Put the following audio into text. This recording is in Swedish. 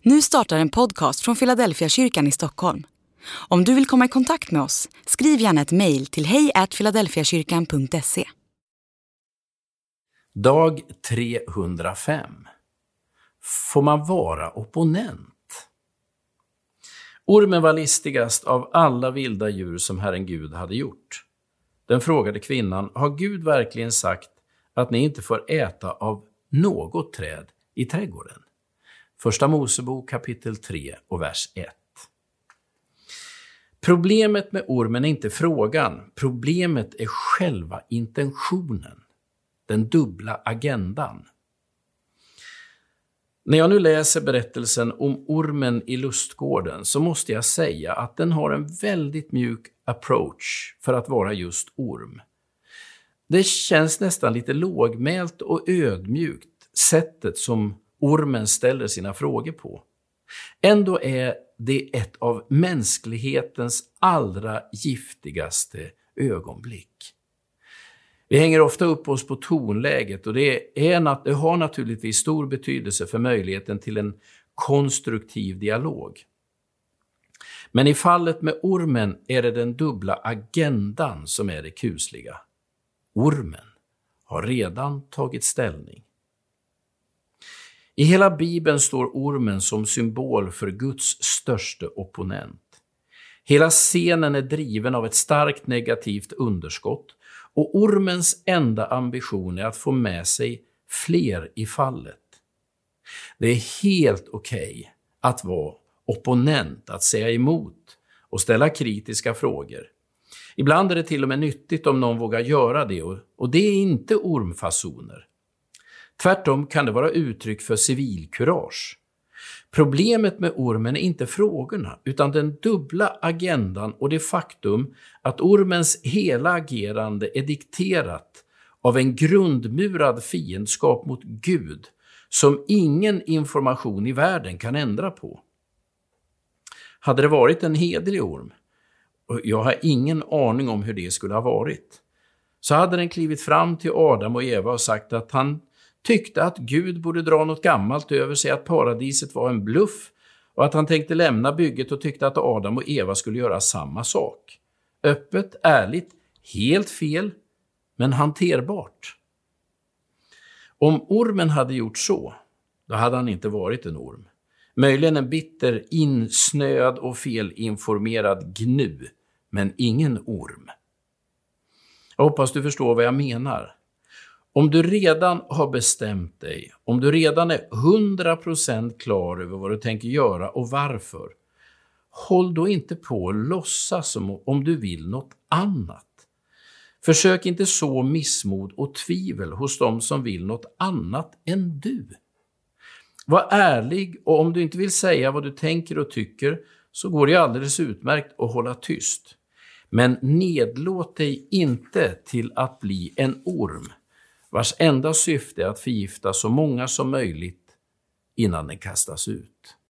Nu startar en podcast från Philadelphia kyrkan i Stockholm. Om du vill komma i kontakt med oss, skriv gärna ett mejl till hej@philadelphiakyrkan.se. Dag 305. Får man vara opponent? Ormen var listigast av alla vilda djur som Herren Gud hade gjort. Den frågade kvinnan: har Gud verkligen sagt att ni inte får äta av något träd i trädgården? Första Mosebok kapitel 3 och vers 1. Problemet med ormen är inte frågan. Problemet är själva intentionen. Den dubbla agendan. När jag nu läser berättelsen om ormen i lustgården så måste jag säga att den har en väldigt mjuk approach för att vara just orm. Det känns nästan lite lågmält och ödmjukt, sättet som ormen ställer sina frågor på. Ändå är det ett av mänsklighetens allra giftigaste ögonblick. Vi hänger ofta upp oss på tonläget och det har naturligtvis stor betydelse för möjligheten till en konstruktiv dialog. Men i fallet med ormen är det den dubbla agendan som är det kusliga. Ormen har redan tagit ställning. I hela Bibeln står ormen som symbol för Guds största opponent. Hela scenen är driven av ett starkt negativt underskott och ormens enda ambition är att få med sig fler i fallet. Det är helt okej att vara opponent, att säga emot och ställa kritiska frågor. Ibland är det till och med nyttigt om någon vågar göra det och det är inte ormfasoner. Tvärtom kan det vara uttryck för civilkurage. Problemet med ormen är inte frågorna utan den dubbla agendan och det faktum att ormens hela agerande är dikterat av en grundmurad fiendskap mot Gud som ingen information i världen kan ändra på. Hade det varit en hederlig orm, och jag har ingen aning om hur det skulle ha varit, så hade den klivit fram till Adam och Eva och sagt att han tyckte att Gud borde dra något gammalt över sig, att paradiset var en bluff och att han tänkte lämna bygget och tyckte att Adam och Eva skulle göra samma sak. Öppet, ärligt, helt fel, men hanterbart. Om ormen hade gjort så, då hade han inte varit en orm. Möjligen en bitter, insnöad och felinformerad gnu, men ingen orm. Jag hoppas du förstår vad jag menar. Om du redan har bestämt dig, om du redan är 100% klar över vad du tänker göra och varför, håll då inte på och låtsas som om du vill något annat. Försök inte så missmod och tvivel hos dem som vill något annat än du. Var ärlig, och om du inte vill säga vad du tänker och tycker så går det alldeles utmärkt att hålla tyst. Men nedlåt dig inte till att bli en orm vars enda syfte är att förgifta så många som möjligt innan den kastas ut.